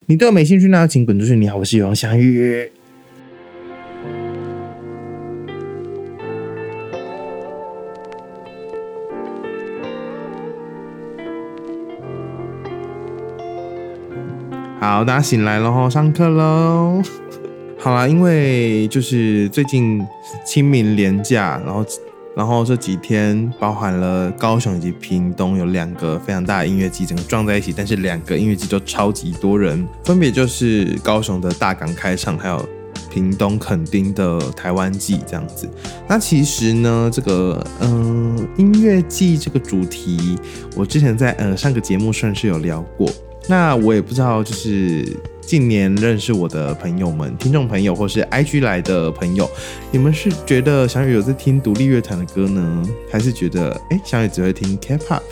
你对我没兴趣，那请滚出去。你好，我是永祥宇。好，大家醒来了，上课喽。好啦，因为就是最近清明连假，然后这几天包含了高雄以及屏东有2个非常大的音乐季整个撞在一起，但是2个音乐季都超级多人，分别就是高雄的大港开唱，还有屏东垦丁的台湾季这样子。那其实呢，这个音乐季这个主题，我之前在上个节目算是有聊过。那我也不知道，就是近年认识我的朋友们、听众朋友，或是 IG 来的朋友，你们是觉得小宇有在听独立乐团的歌呢，还是觉得小宇只会听 K-pop？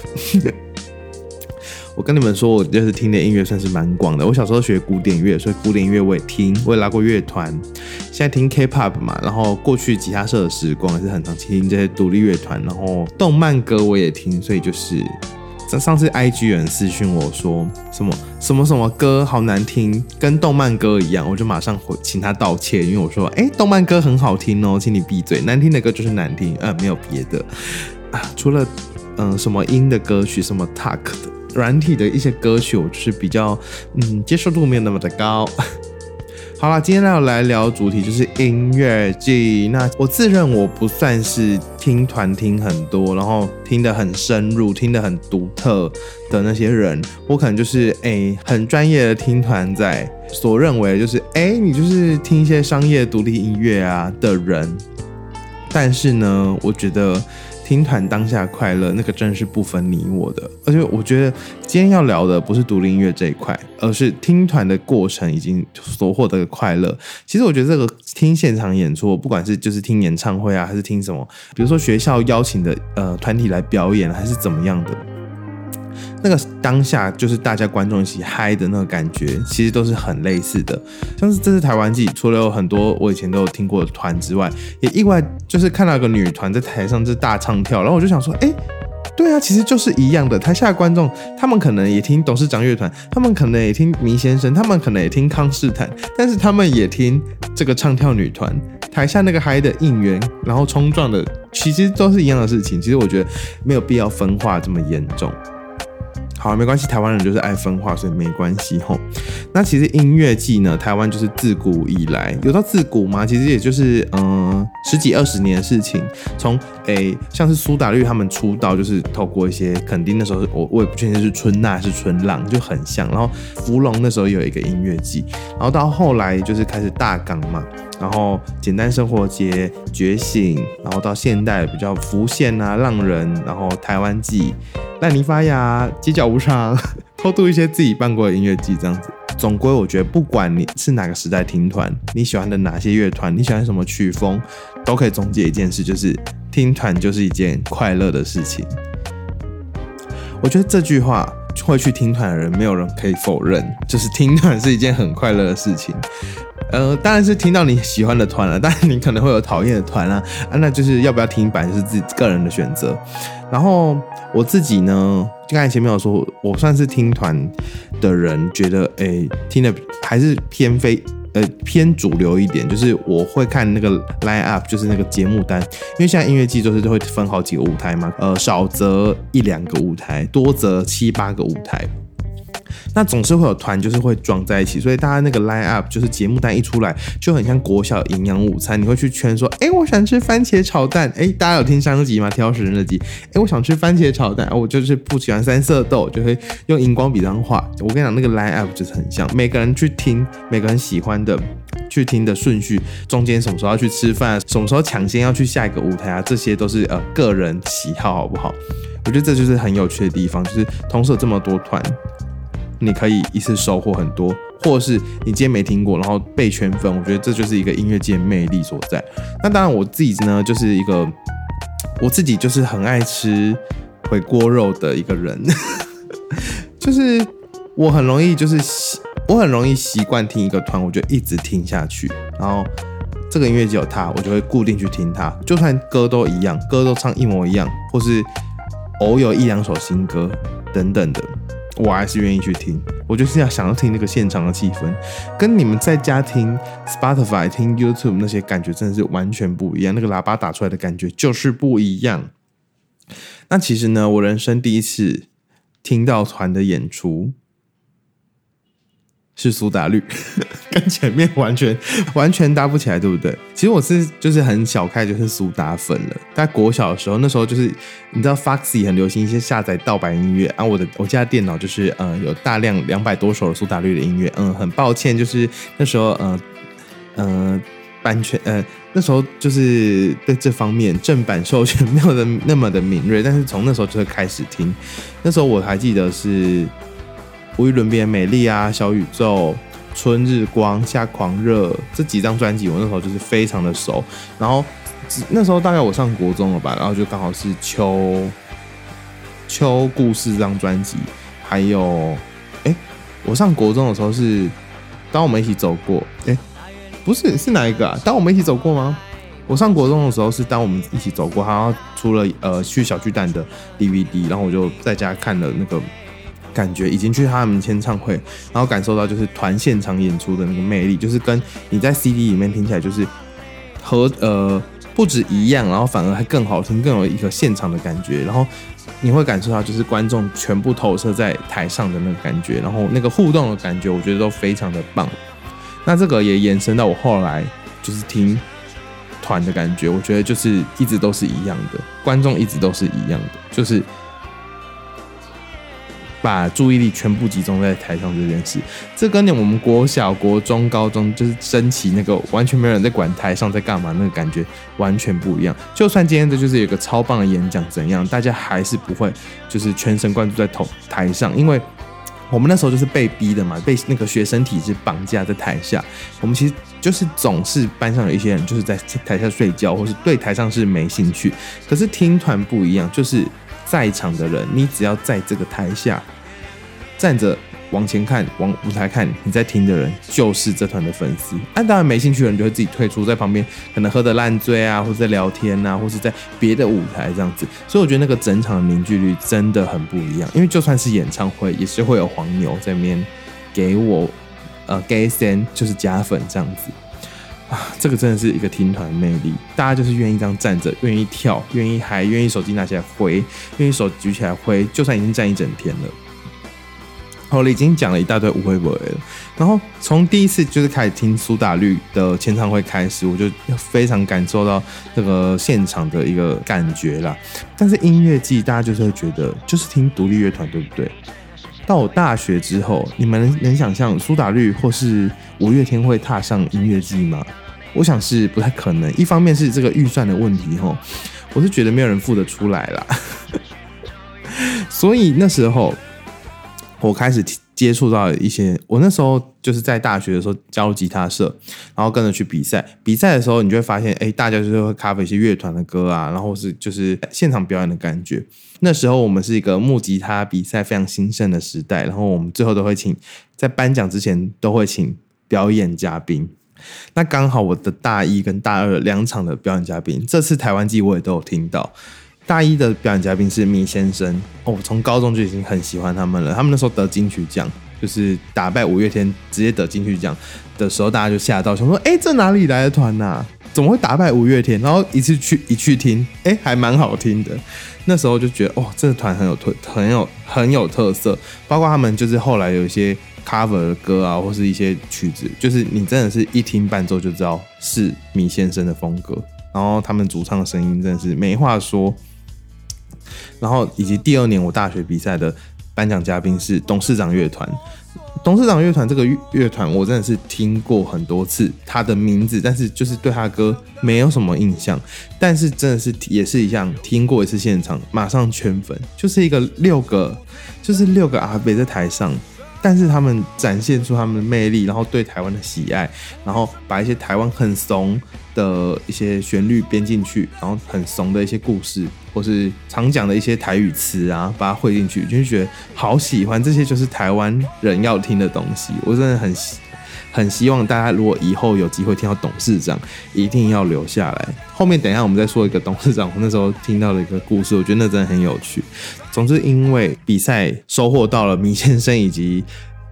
我跟你们说，我就是听的音乐算是蛮广的。我小时候学古典乐，所以古典乐我也听，我也拉过乐团。现在听 K-pop 嘛，然后过去吉他社的时光也是很常听这些独立乐团，然后动漫歌我也听，所以就是。上次 IG 有人私讯我说什么歌好难听，跟动漫歌一样，我就马上请他道歉，因为我说动漫歌很好听哦，请你闭嘴，难听的歌就是难听，没有别的除了什么音的歌曲，什么 Talk 的软体的一些歌曲，我就是比较接受度没有那么的高。好啦，今天要来聊主题就是音乐季。那我自认我不算是听团听很多，然后听得很深入、听得很独特的那些人，我可能就是很专业的听团仔所认为就是你就是听一些商业独立音乐啊的人。但是呢，我觉得听团当下快乐，那个真的是不分你我的。而且我觉得今天要聊的不是独立音乐这一块，而是听团的过程已经所获得的快乐。其实我觉得这个听现场演出，不管是就是听演唱会啊，还是听什么，比如说学校邀请的团体来表演，还是怎么样的，那个当下就是大家观众一起嗨的那个感觉，其实都是很类似的。像是这次台湾季，除了有很多我以前都有听过的团之外，也意外就是看到一个女团在台上就是大唱跳，然后我就想说，对啊，其实就是一样的。台下的观众，他们可能也听董事长乐团，他们可能也听迷先生，他们可能也听康士坦，但是他们也听这个唱跳女团。台下那个嗨的应援，然后冲撞的，其实都是一样的事情。其实我觉得没有必要分化这么严重。好，没关系，台湾人就是爱分化，所以没关系吼。那其实音乐季呢，台湾就是自古以来，有到自古吗？其实也就是10几20年的事情。从像是苏打绿他们出道，就是透过一些垦丁的时候，我也不确定是春娜还是春浪，就很像。然后福隆那时候有一个音乐季，然后到后来就是开始大港嘛，然后简单生活节、觉醒，然后到现代比较浮现啊、浪人，然后台湾季、烂泥发芽、街角舞场，偷渡一些自己办过的音乐季这样子。总归我觉得不管你是哪个时代听团，你喜欢的哪些乐团，你喜欢什么曲风，都可以总结一件事，就是听团就是一件快乐的事情。我觉得这句话会去听团的人没有人可以否认，就是听团是一件很快乐的事情。当然是听到你喜欢的团了，当然你可能会有讨厌的团啦，那就是要不要听版就是自己个人的选择。然后我自己呢，就刚才前面有说，我算是听团的人，觉得听的还是偏主流一点，就是我会看那个 line up， 就是那个节目单，因为现在音乐季都会分好几个舞台嘛，少则1-2个舞台，多则7-8个舞台。那总是会有团就是会撞在一起，所以大家那个 line up 就是节目单一出来就很像国小营养午餐，你会去圈说我想吃番茄炒蛋，大家有听上集吗？挑食人的集，我想吃番茄炒蛋，我就是不喜欢三色豆，就会用荧光笔这样画。我跟你讲那个 line up 就是很像，每个人去听每个人喜欢的去听的顺序，中间什么时候要去吃饭，什么时候抢先要去下一个舞台啊，这些都是个人喜好，好不好？我觉得这就是很有趣的地方，就是同时有这么多团，你可以一次收获很多，或者是你今天没听过然后被圈粉，我觉得这就是一个音乐界的魅力所在。那当然我自己呢，就是我自己就是很爱吃回锅肉的一个人就是我很容易习惯听一个团，我就一直听下去，然后这个音乐季有他，我就会固定去听他，就算歌都一样，歌都唱一模一样，或是偶有1-2首新歌等等的，我还是愿意去听。 我就是要想要听那个现场的气氛，跟你们在家听 Spotify 听 YouTube 那些感觉真的是完全不一样，那个喇叭打出来的感觉就是不一样。那其实呢，我人生第一次听到团的演出是苏打绿跟前面完全搭不起来，对不对？其实我就是很小开就是苏打粉了，在国小的时候，那时候就是你知道 Foxy 很流行一些下载盗版音乐啊，我家的电脑就是有大量200多首的苏打绿的音乐，很抱歉，就是那时候版权那时候就是对这方面正版授权没有那么的敏锐，但是从那时候就会开始听。那时候我还记得是无与伦比的美丽啊、小宇宙、春日光、夏狂热这几张专辑，我那时候就是非常的熟。然后那时候大概我上国中了吧，然后就刚好是秋故事这张专辑，还有我上国中的时候是当我们一起走过，不是哪一个啊？当我们一起走过吗？我上国中的时候是当我们一起走过，然后出了去小巨蛋的 DVD， 然后我就在家看了那个。感觉已经去他们签唱会，然后感受到就是团现场演出的那个魅力，就是跟你在 CD 里面听起来就是不止一样，然后反而还更好听，更有一个现场的感觉，然后你会感受到就是观众全部投射在台上的那个感觉，然后那个互动的感觉，我觉得都非常的棒。那这个也延伸到我后来就是听团的感觉，我觉得就是一直都是一样的，观众一直都是一样的，就是把注意力全部集中在台上这件事，这跟我们国小、国中、高中就是升旗那个完全没有人在管台上在干嘛那个感觉完全不一样。就算今天这就是有一个超棒的演讲怎样，大家还是不会就是全神贯注在台上，因为我们那时候就是被逼的嘛，被那个学生体制绑架在台下。我们其实就是总是班上有一些人就是在台下睡觉，或是对台上是没兴趣。可是听团不一样，就是在场的人，你只要在这个台下站着往前看，往舞台看，你在听的人就是这团的粉丝。当然没兴趣的人就会自己退出，在旁边可能喝得烂醉啊，或者在聊天啊，或是在别的舞台这样子。所以我觉得那个整场的凝聚力真的很不一样，因为就算是演唱会，也是会有黄牛在那边给我给先就是加粉这样子啊。这个真的是一个听团魅力，大家就是愿意这样站着，愿意跳，愿意嗨，愿意手机拿起来挥，愿意手举起来挥，就算已经站一整天了。好了，已经讲了一大堆无微不微了。然后从第一次就是开始听苏打绿的签唱会开始，我就非常感受到这个现场的一个感觉啦。但是音乐季大家就是会觉得就是听独立乐团，对不对？到我大学之后，你们能想象苏打绿或是五月天会踏上音乐季吗？我想是不太可能。一方面是这个预算的问题齁，我是觉得没有人付得出来啦。所以那时候我开始接触到一些，我那时候就是在大学的时候加入吉他社，然后跟着去比赛。比赛的时候，你就会发现，大家就是会 cover 一些乐团的歌啊，然后是就是现场表演的感觉。那时候我们是一个木吉他比赛非常兴盛的时代，然后我们最后都会在颁奖之前都会请表演嘉宾。那刚好我的大一跟大二2场的表演嘉宾，这次台湾季我也都有听到。大一的表演嘉宾是米先生，我从高中就已经很喜欢他们了。他们那时候得金曲奖，就是打败五月天直接得金曲奖的时候，大家就嚇到，想说：这哪里来的团啊？怎么会打败五月天？然后一去听，还蛮好听的。那时候就觉得，这个团很有特色，包括他们就是后来有一些 cover 的歌啊，或是一些曲子，就是你真的是一听伴奏就知道是米先生的风格。然后他们主唱的声音真的是没话说。然后以及第2年我大学比赛的颁奖嘉宾是董事长乐团。董事长乐团这个乐团我真的是听过很多次他的名字，但是就是对他的歌没有什么印象。但是真的是也是一样，听过一次现场马上圈粉，就是一个6个阿伯在台上，但是他们展现出他们的魅力，然后对台湾的喜爱，然后把一些台湾很怂的一些旋律编进去，然后很怂的一些故事或是常讲的一些台语词啊，把它汇进去，就觉得好喜欢。这些就是台湾人要听的东西。我真的很希望大家如果以后有机会听到董事长，一定要留下来。后面等一下我们再说一个董事长我那时候听到的一个故事，我觉得那真的很有趣。总之因为比赛收获到了米先生以及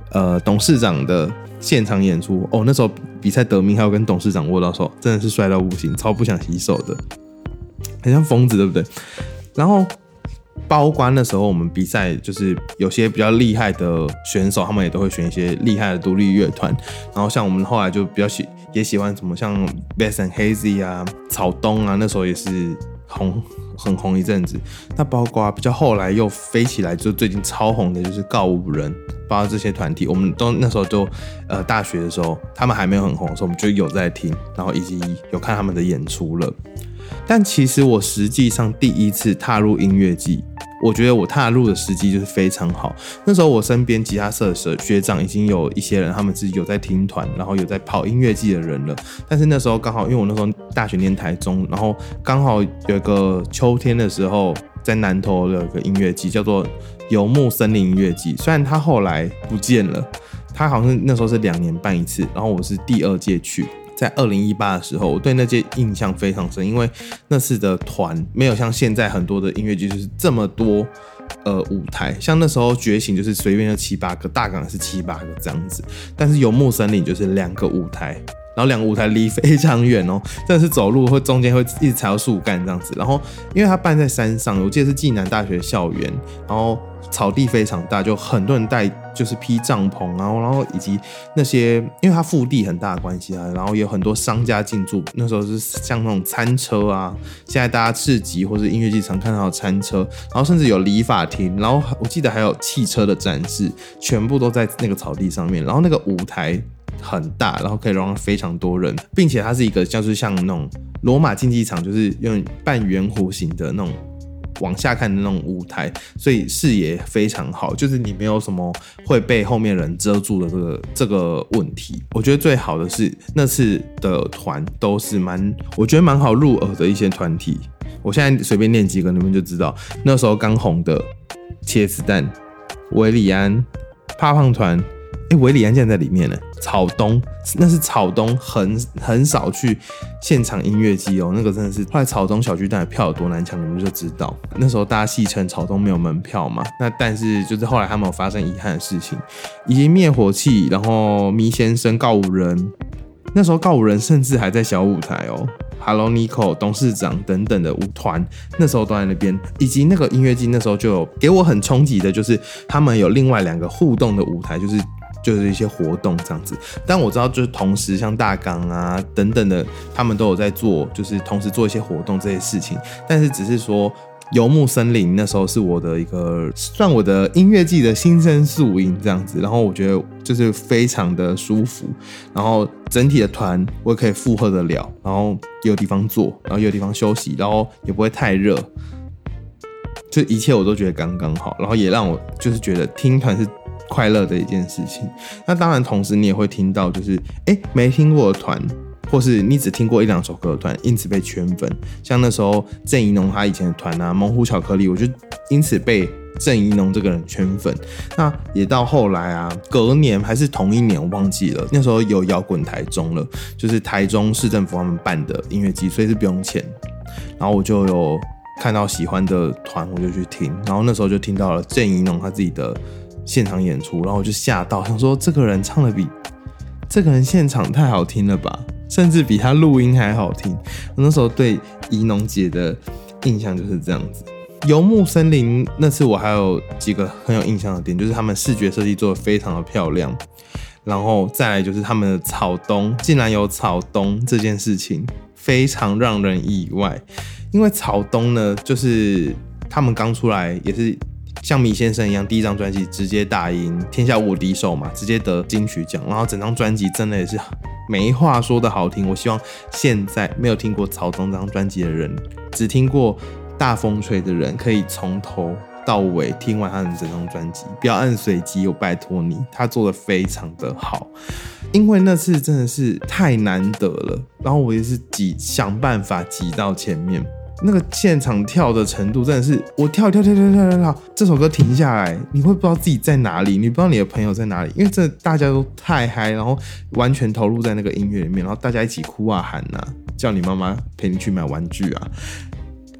董事长的现场演出哦，那时候比赛得名还有跟董事长握到手，真的是帅到不行，超不想洗手的，很像疯子对不对？然后包括那时候我们比赛，就是有些比较厉害的选手，他们也都会选一些厉害的独立乐团。然后像我们后来就比较也喜欢什么像 Bass and Hazy 啊、草东啊，那时候也是很红一阵子。那包括比较后来又飞起来，就最近超红的就是告五人，包括这些团体，我们都那时候都大学的时候，他们还没有很红的时候，我们就有在听，然后以及有看他们的演出了。但其实我实际上第一次踏入音乐季，我觉得我踏入的时机就是非常好。那时候我身边吉他社的学长已经有一些人，他们是有在听团，然后有在跑音乐季的人了。但是那时候刚好，因为我那时候大学念台中，然后刚好有一个秋天的时候，在南投有一个音乐季叫做游牧森林音乐季，虽然它后来不见了，它好像那时候是2年办一次，然后我是第2届去。在2018的时候，我对那届印象非常深，因为那次的团没有像现在很多的音乐剧就是这么多舞台，像那时候觉醒就是随便就7、8个，大港是7、8个这样子，但是游牧森林就是2个舞台。然后2个舞台离非常远哦，真的是走路会中间会一直踩到树干这样子。然后因为它办在山上，我记得是暨南大学校园，然后草地非常大，就很多人带就是披帐篷啊，然后以及那些因为它腹地很大的关系啊，然后也有很多商家进驻。那时候是像那种餐车啊，现在大家市集或者音乐季常看到的餐车，然后甚至有理发厅，然后我记得还有汽车的展示，全部都在那个草地上面。然后那个舞台很大，然后可以容纳非常多人，并且它是一个就是像那种罗马竞技场，就是用半圆弧形的那种往下看的那种舞台，所以视野非常好，就是你没有什么会被后面人遮住的这个问题。我觉得最好的是那次的团都是我觉得蛮好入耳的一些团体。我现在随便念几个，你们就知道那时候刚红的茄子蛋、维里安、怕胖团。维里安竟然在里面呢，草东那是草东很少去现场音乐季哦，那个真的是后来草东小巨蛋的票有多难抢，你们就知道。那时候大家戏称草东没有门票嘛，那但是就是后来他们有发生遗憾的事情，以及灭火器，然后迷先生、告五人，那时候告五人甚至还在小舞台哦。Hello Nico 董事长等等的舞团那时候都在那边，以及那个音乐季那时候就有给我很冲击的，就是他们有另外2个互动的舞台，就是一些活动这样子。但我知道就是同时像大港啊等等的，他们都有在做，就是同时做一些活动这些事情。但是只是说游牧森林那时候是我的一个算我的音乐季的新生宿营这样子，然后我觉得就是非常的舒服，然后整体的团我也可以负荷得了，然后也有地方坐，然后也有地方休息，然后也不会太热，就一切我都觉得刚刚好，然后也让我就是觉得听团是快乐的一件事情。那当然同时你也会听到就是没听过的团，或是你只听过1、2首歌的团，因此被圈粉。像那时候郑宜农他以前的团啊，猛虎巧克力，我就因此被郑宜农这个人圈粉。那也到后来啊，隔年还是同一年我忘记了，那时候有摇滚台中了，就是台中市政府他们办的音乐季，所以是不用钱。然后我就有看到喜欢的团，我就去听，然后那时候就听到了郑宜农他自己的现场演出，然后我就吓到，想说这个人唱的比这个人现场太好听了吧，甚至比他录音还好听。我那时候对宜农姐的印象就是这样子。游牧森林那次我还有几个很有印象的点，就是他们视觉设计做得非常的漂亮，然后再来就是他们的草东，竟然有草东这件事情非常让人意外。因为草东呢，就是他们刚出来也是像米先生一样，第1张专辑直接打赢天下无敌手嘛，直接得金曲奖，然后整张专辑真的也是没话说的好听。我希望现在没有听过草东这张专辑的人，只听过大风吹的人，可以从头到尾听完他的整张专辑，不要按随机，我拜托你，他做的非常的好。因为那次真的是太难得了，然后我也是想办法挤到前面。那个现场跳的程度真的是，我跳，这首歌停下来，你会不知道自己在哪里，你不知道你的朋友在哪里，因为真的大家都太嗨，然后完全投入在那个音乐里面，然后大家一起哭啊喊啊，叫你妈妈陪你去买玩具啊。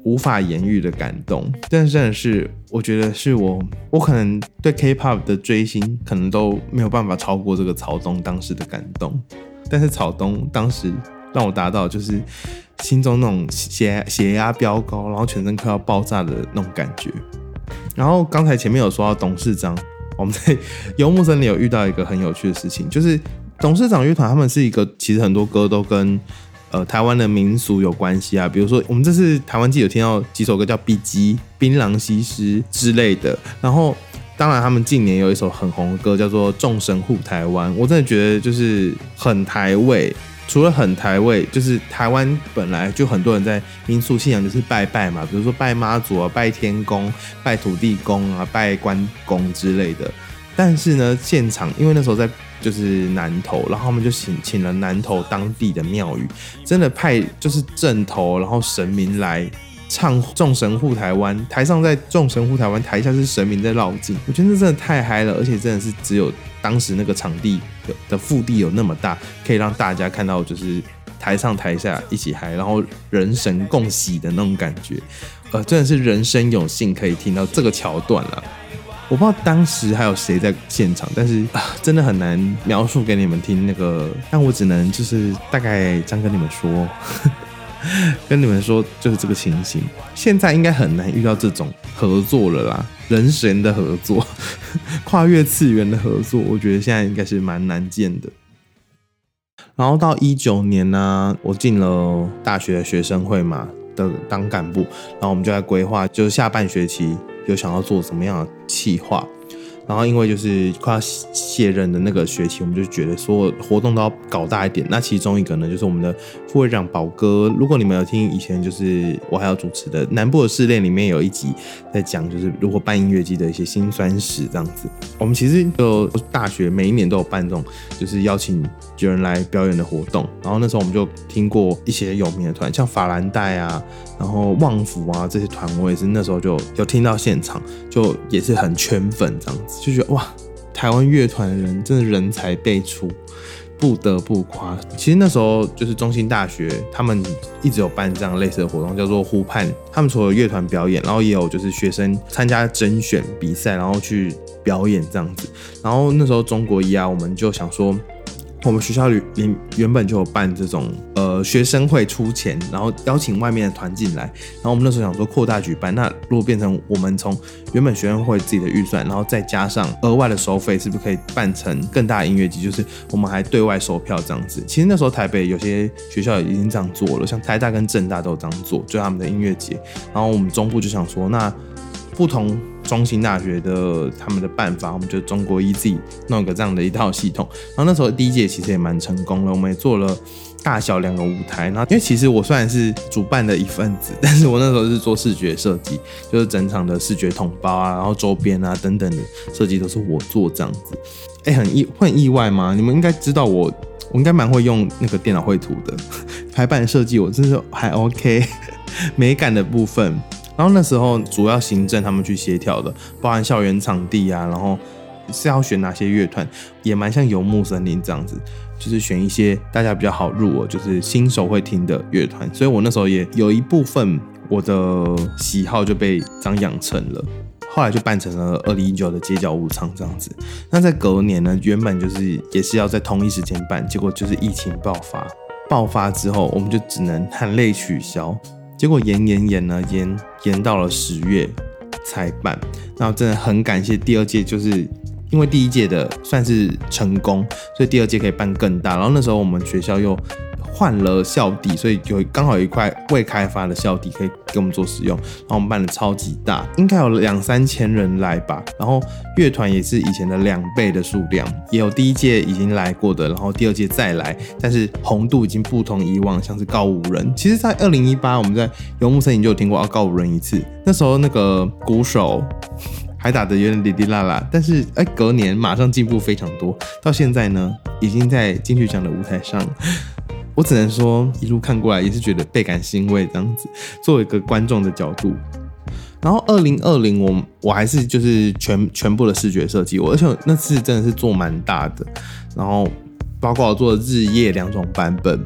无法言喻的感动。但是真的是我觉得是我可能对 K-pop 的追星可能都没有办法超过这个草东当时的感动。但是草东当时让我达到就是心中那种血压飙高，然后全身快要爆炸的那种感觉。然后刚才前面有说到董事长，我们在游牧森林有遇到一个很有趣的事情，就是董事长乐团他们是一个其实很多歌都跟台湾的民俗有关系啊，比如说我们这次台湾季有听到几首歌叫比基、槟榔西施之类的，然后当然他们近年有一首很红的歌叫做众神护台湾，我真的觉得就是很台味。除了很台味，就是台湾本来就很多人在民俗信仰就是拜拜嘛，比如说拜妈祖啊、拜天公、拜土地公啊、拜关公之类的。但是呢，现场因为那时候在就是南投，然后他们就请了南投当地的庙宇，真的派就是正头，然后神明来唱众神护台湾，台上在众神护台湾，台下是神明在绕境。我觉得这真的太嗨了，而且真的是只有当时那个场地的腹地有那么大，可以让大家看到就是台上台下一起嗨，然后人神共喜的那种感觉。真的是人生有幸可以听到这个桥段了。我不知道当时还有谁在现场，但是真的很难描述给你们听那个，但我只能就是大概这样跟你们说。跟你们说就是这个情形，现在应该很难遇到这种合作了啦，人神的合作，跨越次元的合作，我觉得现在应该是蛮难见的。然后到19年呢，我进了大学的学生会嘛的当干部，然后我们就在规划，就是下半学期有想要做什么样的企划。然后因为就是快要卸任的那个学期，我们就觉得所有活动都要搞大一点。那其中一个呢，就是我们的副会长宝哥。如果你们有听以前就是我还有主持的南部的试炼里面有一集在讲，就是如何办音乐季的一些辛酸史这样子。我们其实就大学每一年都有办这种就是邀请有人来表演的活动。然后那时候我们就听过一些有名的团，像法兰黛啊，然后旺福啊这些团，我也是那时候就有听到现场，就也是很圈粉这样子。就觉得哇，台湾乐团的人真的人才辈出，不得不夸。其实那时候就是中兴大学，他们一直有办这样类似的活动，叫做湖畔。他们除了乐团表演，然后也有就是学生参加甄选比赛，然后去表演这样子。然后那时候中国一啊，我们就想说，我们学校里原本就有办这种学生会出钱，然后邀请外面的团进来，然后我们那时候想说扩大举办，那如果变成我们从原本学生会自己的预算，然后再加上额外的收费，是不是可以办成更大的音乐季？就是我们还对外售票这样子。其实那时候台北有些学校已经这样做了，像台大跟政大都有这样做，就是他们的音乐节。然后我们中部就想说，那不同中兴大学的他们的办法，我们就中国一自己弄一个这样的一套系统。然后那时候第一届其实也蛮成功了，我们也做了大小2个舞台。然后因为其实我虽然是主办的一份子，但是我那时候是做视觉设计，就是整场的视觉统包啊，然后周边啊等等的设计都是我做这样子。会很意外吗？你们应该知道我应该蛮会用那个电脑绘图的，排版设计我真是还 OK， 美感的部分。然后那时候主要行政他们去协调的，包含校园场地啊，然后是要选哪些乐团，也蛮像游牧森林这样子，就是选一些大家比较好入耳，就是新手会听的乐团。所以我那时候也有一部分我的喜好就被这样养成了。后来就办成了2019的街角舞场这样子。那在隔年呢，原本就是也是要在同一时间办，结果就是疫情爆发之后，我们就只能含泪取消。结果延到了10月才办。然后真的很感谢第二届，就是因为第一届的算是成功，所以第二届可以办更大。然后那时候我们学校又换了校地，所以刚好有一块未开发的校地可以给我们做使用。然后我们办的超级大，应该有2-3千人来吧。然后乐团也是以前的2倍的数量，也有第一届已经来过的，然后第二届再来，但是红度已经不同以往，像是告五人。其实在2018我们在游牧森林就有听过告五人一次，那时候那个鼓手还打得有点滴滴啦啦，但是隔年马上进步非常多，到现在呢已经在金曲奖的舞台上。我只能说一路看过来也是觉得倍感欣慰这样子，作为一个观众的角度。然后2020我还是就是全部的视觉设计，而且那次真的是做蛮大的，然后包括我做的日夜2种版本，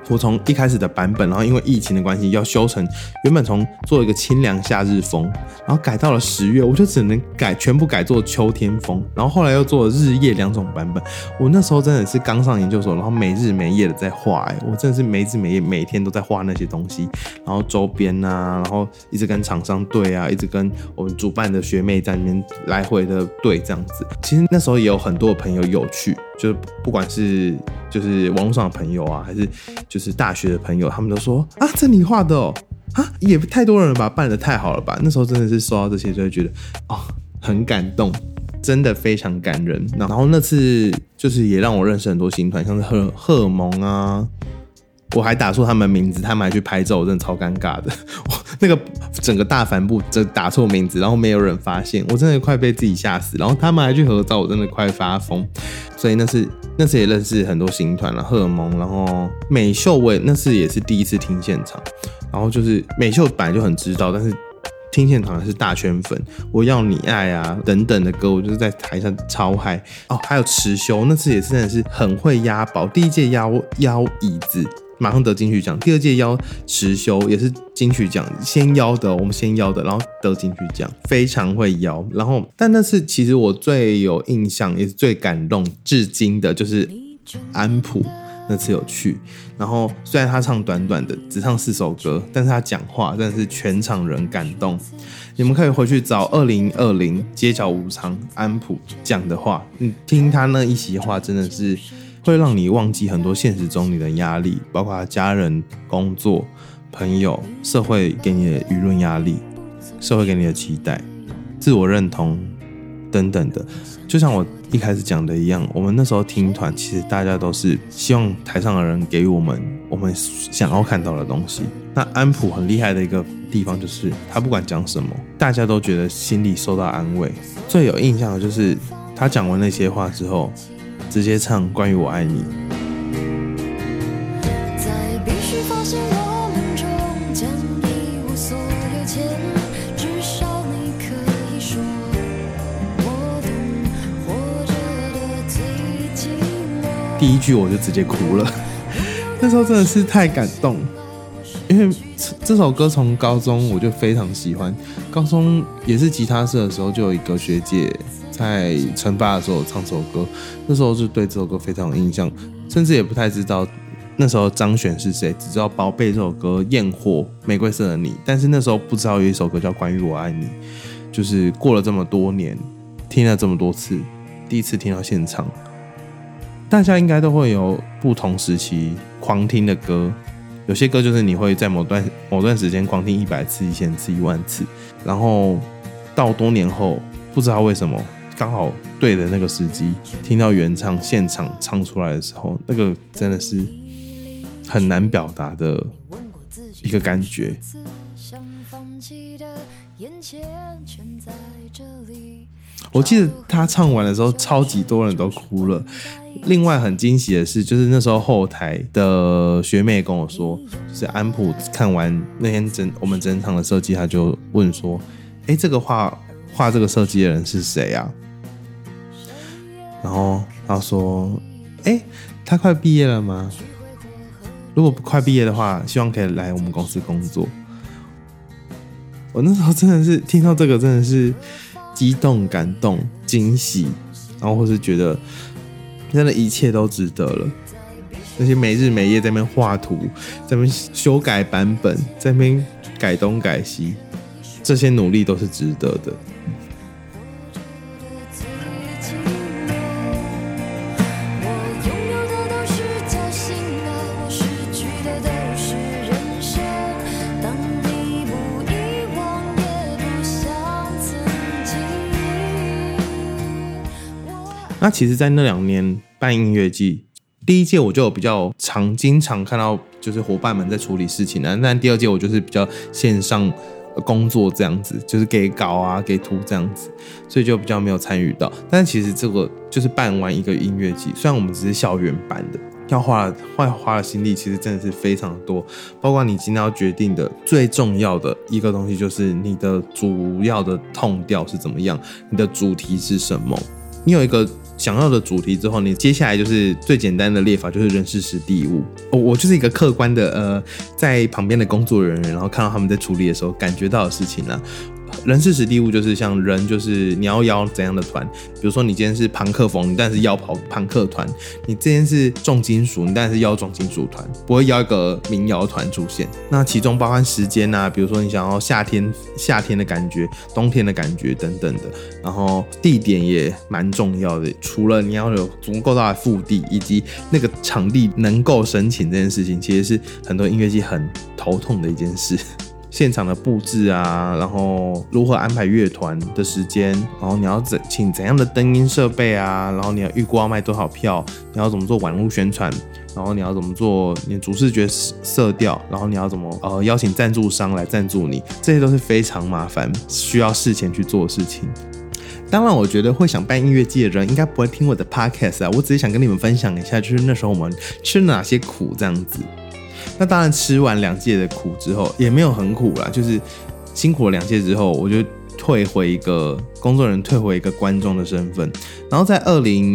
我从一开始的版本，然后因为疫情的关系要修成原本从做一个清凉夏日风，然后改到了10月，我就只能全部改做秋天风，然后后来又做了日夜2种版本。我那时候真的是刚上研究所，然后没日没夜的在画，我真的是没日没夜每天都在画那些东西，然后周边啊，然后一直跟厂商对啊，一直跟我们主办的学妹在那边来回的对这样子。其实那时候也有很多朋友有趣，就是不管是就是网络上的朋友啊，还是就是大学的朋友，他们都说啊，这你画的哦，啊，也太多人了吧，办得太好了吧。那时候真的是收到这些就会觉得很感动，真的非常感人。然后那次就是也让我认识很多新团，像是荷尔蒙啊，我还打错他们名字，他们还去拍照，我真的超尴尬的。那个整个大帆布打错名字，然后没有人发现，我真的快被自己吓死。然后他们还去合照，我真的快发疯。所以那次也认识很多新团了，荷尔蒙，然后美秀我那次也是第一次听现场，然后就是美秀本来就很知道，但是听现场是大圈粉，我要你爱啊等等的歌，我就是在台上超嗨哦。还有持修那次也是真的是很会押宝，第一届邀椅子。马上得金曲奖，第2届邀持修也是金曲奖先邀的，我们先邀的，然后得金曲奖，非常会邀。然后，但那次其实我最有印象也是最感动至今的，就是安普那次有去。然后虽然他唱短短的，只唱4首歌，但是他讲话真的是全场人感动。你们可以回去找2020街角无常安普讲的话，你听他那一席话，真的是。会让你忘记很多现实中你的压力，包括家人、工作、朋友、社会给你的舆论压力、社会给你的期待、自我认同等等的。就像我一开始讲的一样，我们那时候听团，其实大家都是希望台上的人给予我们想要看到的东西。那安普很厉害的一个地方就是他不管讲什么，大家都觉得心里受到安慰。最有印象的就是他讲完那些话之后，直接唱关于我爱你。在必须发现我们终将一无所有前，至少你可以说我懂活着的最寂寞。第一句我就直接哭了，那时候真的是太感动，因为这首歌从高中我就非常喜欢，高中也是吉他社的时候就有一个学姐在惩罚的时候唱这首歌，那时候就对这首歌非常有印象，甚至也不太知道那时候张悬是谁，只知道宝贝这首歌、焰火、玫瑰色的你，但是那时候不知道有一首歌叫关于我爱你。就是过了这么多年，听了这么多次，第一次听到现场，大家应该都会有不同时期狂听的歌，有些歌就是你会在某段时间狂听100次、1000次、10000次，然后到多年后不知道为什么刚好对的那个时机，听到原唱现场唱出来的时候，那个真的是很难表达的一个感觉。我记得他唱完的时候，超级多人都哭了。另外很惊喜的是，就是那时候后台的学妹跟我说，就是安普看完那天我们整场的设计，他就问说：“这个画这个设计的人是谁啊？”然后他说：“他快毕业了吗？如果不快毕业的话，希望可以来我们公司工作。”我那时候真的是听到这个，真的是激动、感动、惊喜，然后或是觉得真的一切都值得了。那些没日没夜在那边画图，在那边修改版本，在那边改东改西，这些努力都是值得的。那其实在那2年办音乐季，第1届我就有比较经常看到就是伙伴们在处理事情的，但第2届我就是比较线上工作这样子，就是给稿啊给图这样子，所以就比较没有参与到。但其实这个就是办完一个音乐季，虽然我们只是校园办的，要花的心力其实真的是非常多，包括你今天要决定的最重要的一个东西，就是你的主要的痛调是怎么样，你的主题是什么。你有一个想要的主题之后，你接下来就是最简单的列法，就是人事时地物。我就是一个客观的在旁边的工作人员，然后看到他们在处理的时候感觉到的事情啊。人事时地物就是像人，就是你要邀怎样的团，比如说你今天是朋克风，你当然是邀朋克团；你今天是重金属，你当然是邀重金属团，不会邀一个民谣团出现。那其中包含时间啊，比如说你想要夏天的感觉，冬天的感觉等等的。然后地点也蛮重要的，除了你要有足够大的腹地，以及那个场地能够申请这件事情，其实是很多音乐季很头痛的一件事。现场的布置啊，然后如何安排乐团的时间，然后你要请怎样的灯音设备啊，然后你要预估要卖多少票，你要怎么做网络宣传，然后你要怎么做你的主视觉色调，然后你要怎么邀请赞助商来赞助你，这些都是非常麻烦，需要事前去做的事情。当然我觉得会想办音乐季的人应该不会听我的 podcast 啊，我只是想跟你们分享一下，就是那时候我们吃了哪些苦这样子。那当然吃完2届的苦之后也没有很苦啦，就是辛苦了2届之后，我就退回一个工作人员，退回一个观众的身份。然后在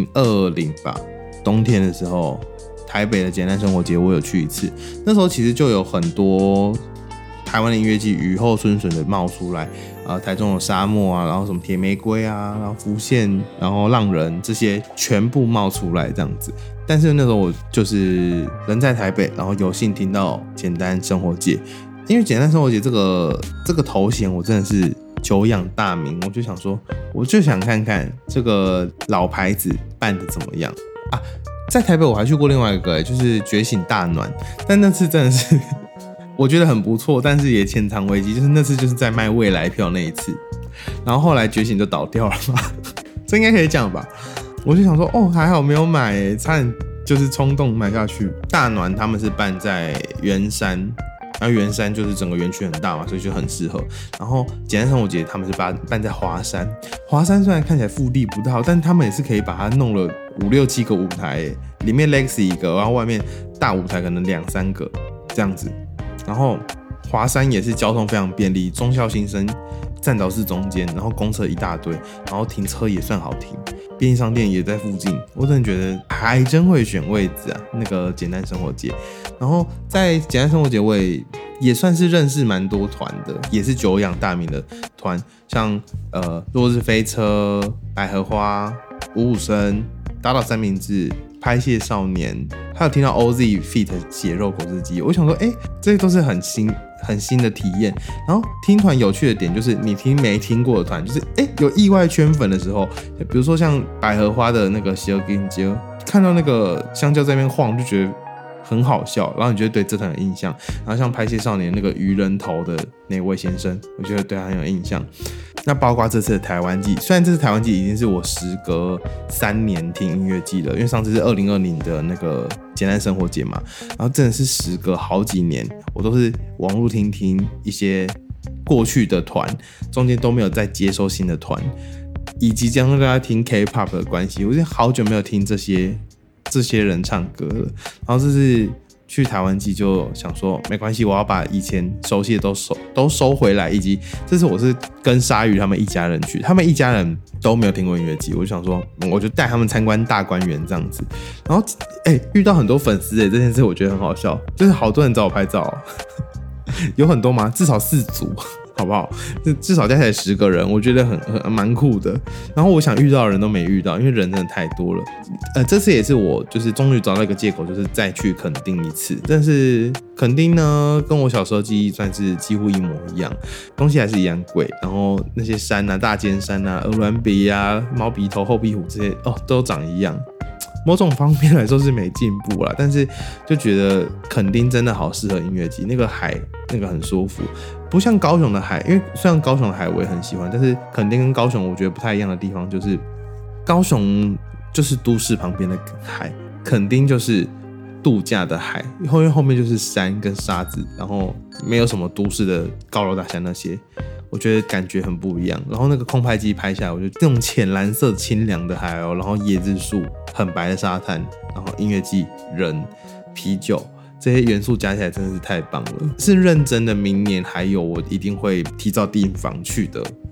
2020吧，冬天的时候，台北的简单生活节我有去一次，那时候其实就有很多台湾的音乐季雨后春笋的冒出来，台中有沙漠啊，然后什么铁玫瑰啊，然后浮现，然后浪人，这些全部冒出来这样子。但是那时候我就是人在台北，然后有幸听到简单生活节，因为简单生活节这个头衔我真的是久仰大名，我就想说，我就想看看这个老牌子办的怎么样啊。在台北我还去过另外一个，就是觉醒大暖，但那次真的是我觉得很不错，但是也潜藏危机，就是那次就是在卖未来票那一次，然后后来觉醒就倒掉了嘛，这应该可以讲吧。我就想说，还好没有买，差点就是冲动买下去。大暖他们是办在圆山，然后圆山就是整个园区很大嘛，所以就很适合。然后简单生活节他们是办在华山，华山虽然看起来腹地不大，但他们也是可以把它弄了5、6、7个舞台，里面 Lexi 一个，然后外面大舞台可能2、3个这样子。然后华山也是交通非常便利，忠孝新生站岛市中间，然后公车一大堆，然后停车也算好停，便利商店也在附近，我真的觉得还真会选位置啊。那个简单生活节，然后在简单生活节我也算是认识蛮多团的，也是久仰大名的团，像落日飞车、百合花、五声、打倒三明治、拍戏少年，还有听到 OZ feat 血肉果汁机，我想说，这些都是很新的体验。然后听团有趣的点就是，你听没听过的团，就是有意外圈粉的时候，比如说像百合花的那个喜尔根杰，看到那个香蕉在那边晃，就觉得很好笑，然后你就会对这团有印象。然后像拍戏少年那个鱼人头的那位先生，我觉得对他很有印象。那包括这次的台湾季，虽然这次台湾季已经是我时隔3年听音乐季了，因为上次是2020的那个简单生活节嘛，然后真的是时隔好几年，我都是网络听一些过去的团，中间都没有再接收新的团，以及加上大家听 K-pop 的关系，我已经好久没有听这些人唱歌了。然后这次去台湾季就想说没关系，我要把以前熟悉的都收回来，以及这次我是跟鲨鱼他们一家人去，他们一家人都没有听过音乐季，我就想说我就带他们参观大观园这样子。然后遇到很多粉丝这件事我觉得很好笑，就是好多人找我拍照有很多吗？至少4组好不好？至少加起来10个人，我觉得蛮酷的。然后我想遇到的人都没遇到，因为人真的太多了。这次也是我就是终于找到一个借口，就是再去垦丁一次。但是垦丁呢，跟我小时候记忆算是几乎一模一样，东西还是一样贵。然后那些山啊，大尖山啊，鹅銮鼻啊，猫鼻头、后壁虎这些都长一样。某种方面来说是没进步啦，但是就觉得垦丁真的好适合音乐季，那个海那个很舒服，不像高雄的海，因为虽然高雄的海我也很喜欢，但是垦丁跟高雄我觉得不太一样的地方就是，高雄就是都市旁边的海，垦丁就是度假的海，因为后面就是山跟沙子，然后没有什么都市的高楼大厦那些。我觉得感觉很不一样，然后那个空拍机拍下来，我觉得这种浅蓝色清凉的海然后椰子树、很白的沙滩，然后音乐季、人、啤酒这些元素加起来真的是太棒了，是认真的。明年还有我一定会提早订房去的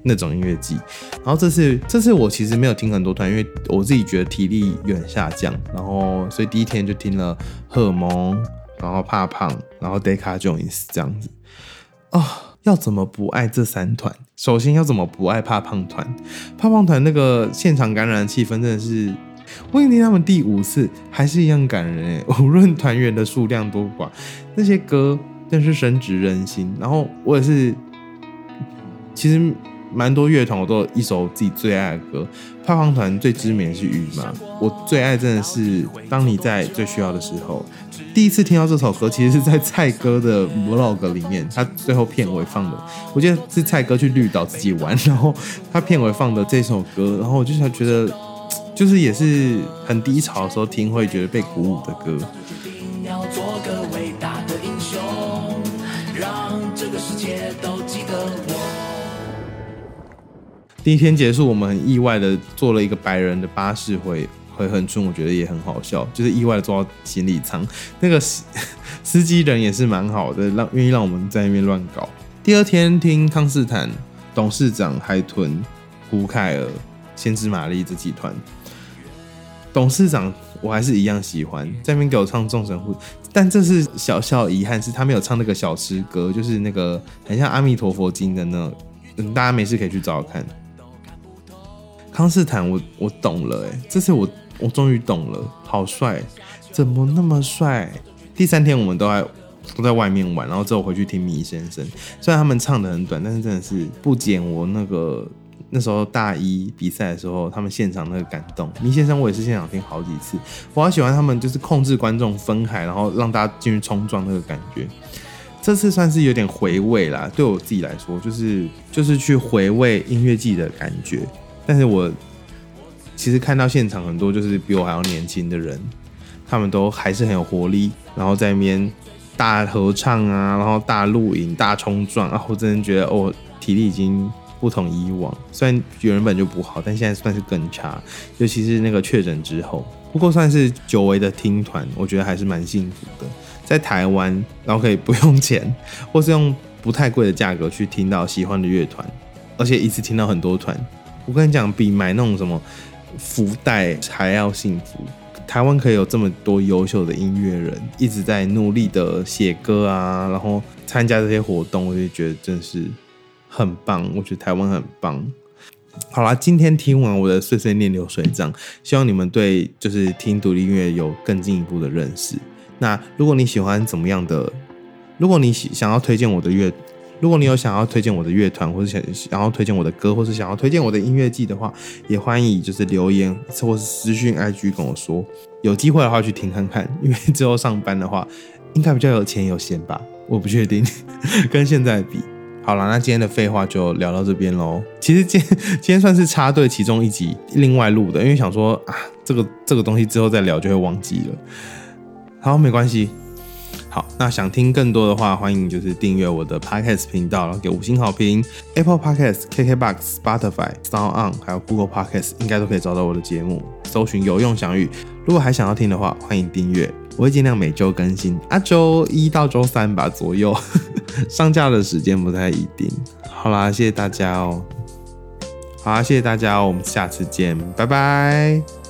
那种音乐季。然后这次我其实没有听很多团，因为我自己觉得体力有点下降，然后所以第一天就听了荷尔蒙，然后怕胖，然后 Deca Joins 这样子。要怎么不爱这3团？首先要怎么不爱怕胖团？怕胖团那个现场感染的气氛真的是，我已经听他们第5次，还是一样感人无论团员的数量多寡，那些歌真是深植人心。然后我也是，其实蛮多乐团我都有一首自己最爱的歌，怕胖团最知名的是雨嘛，我最爱真的是当你在最需要的时候。第一次听到这首歌其实是在蔡哥的 vlog 里面，他最后片尾放的，我记得是蔡哥去绿岛自己玩，然后他片尾放的这首歌，然后我就想觉得就是也是很低潮的时候听会觉得被鼓舞的歌。要做个伟大的英雄，让这个世界都记得我。第一天结束，我们很意外的坐了一个白人的巴士回恒春，我觉得也很好笑，就是意外的坐到行李舱，那个司机人也是蛮好的，愿意让我们在那边乱搞。第二天听康士坦、董事长、海豚、胡凯尔、先知玛丽这几团，董事长我还是一样喜欢，在那边给我唱众神呼，但这是小小遗憾是他没有唱那个小诗歌，就是那个很像阿弥陀佛经的那种，大家没事可以去找看。康士坦我懂了这次我终于懂了，好帅，怎么那么帅？第3天我们都在外面玩，然后之后回去听米先生，虽然他们唱得很短，但是真的是不减我那时候大一比赛的时候他们现场那个感动。米先生我也是现场听好几次，我好喜欢他们就是控制观众分海，然后让大家进去冲撞那个感觉。这次算是有点回味啦，对我自己来说就是去回味音乐季的感觉。但是我其实看到现场很多就是比我还要年轻的人，他们都还是很有活力，然后在那边大合唱啊，然后大录影、大冲撞啊，我真的觉得体力已经不同以往。虽然原本就不好，但现在算是更差，尤其是那个确诊之后。不过算是久违的听团，我觉得还是蛮幸福的。在台湾，然后可以不用钱，或是用不太贵的价格去听到喜欢的乐团，而且一次听到很多团。我跟你讲，比买那种什么福袋还要幸福。台湾可以有这么多优秀的音乐人一直在努力的写歌啊，然后参加这些活动，我就觉得真是很棒。我觉得台湾很棒。好啦，今天听完我的碎碎念流水账，希望你们对就是听独立音乐有更进一步的认识。那如果你喜欢怎么样的，如果你想要推荐我的如果你有想要推荐我的乐团，或是想要推荐我的歌，或是想要推荐我的音乐季的话，也欢迎就是留言或是私讯 IG 跟我说，有机会的话去听看看。因为之后上班的话，应该比较有钱有闲吧，我不确定，跟现在比。好啦，那今天的废话就聊到这边咯。其实今天算是插队其中一集另外录的，因为想说啊，这个东西之后再聊就会忘记了。好，没关系。好，那想听更多的话，欢迎就是订阅我的 Podcast 频道，然后给5星好评。Apple Podcast、KKBOX、Spotify、SoundOn 还有 Google Podcast 应该都可以找到我的节目，搜寻有用享誉。如果还想要听的话，欢迎订阅，我会尽量每周更新，周1到周3吧左右，上架的时间不太一定。好啦，谢谢大家哦。好啦，谢谢大家哦，我们下次见，拜拜。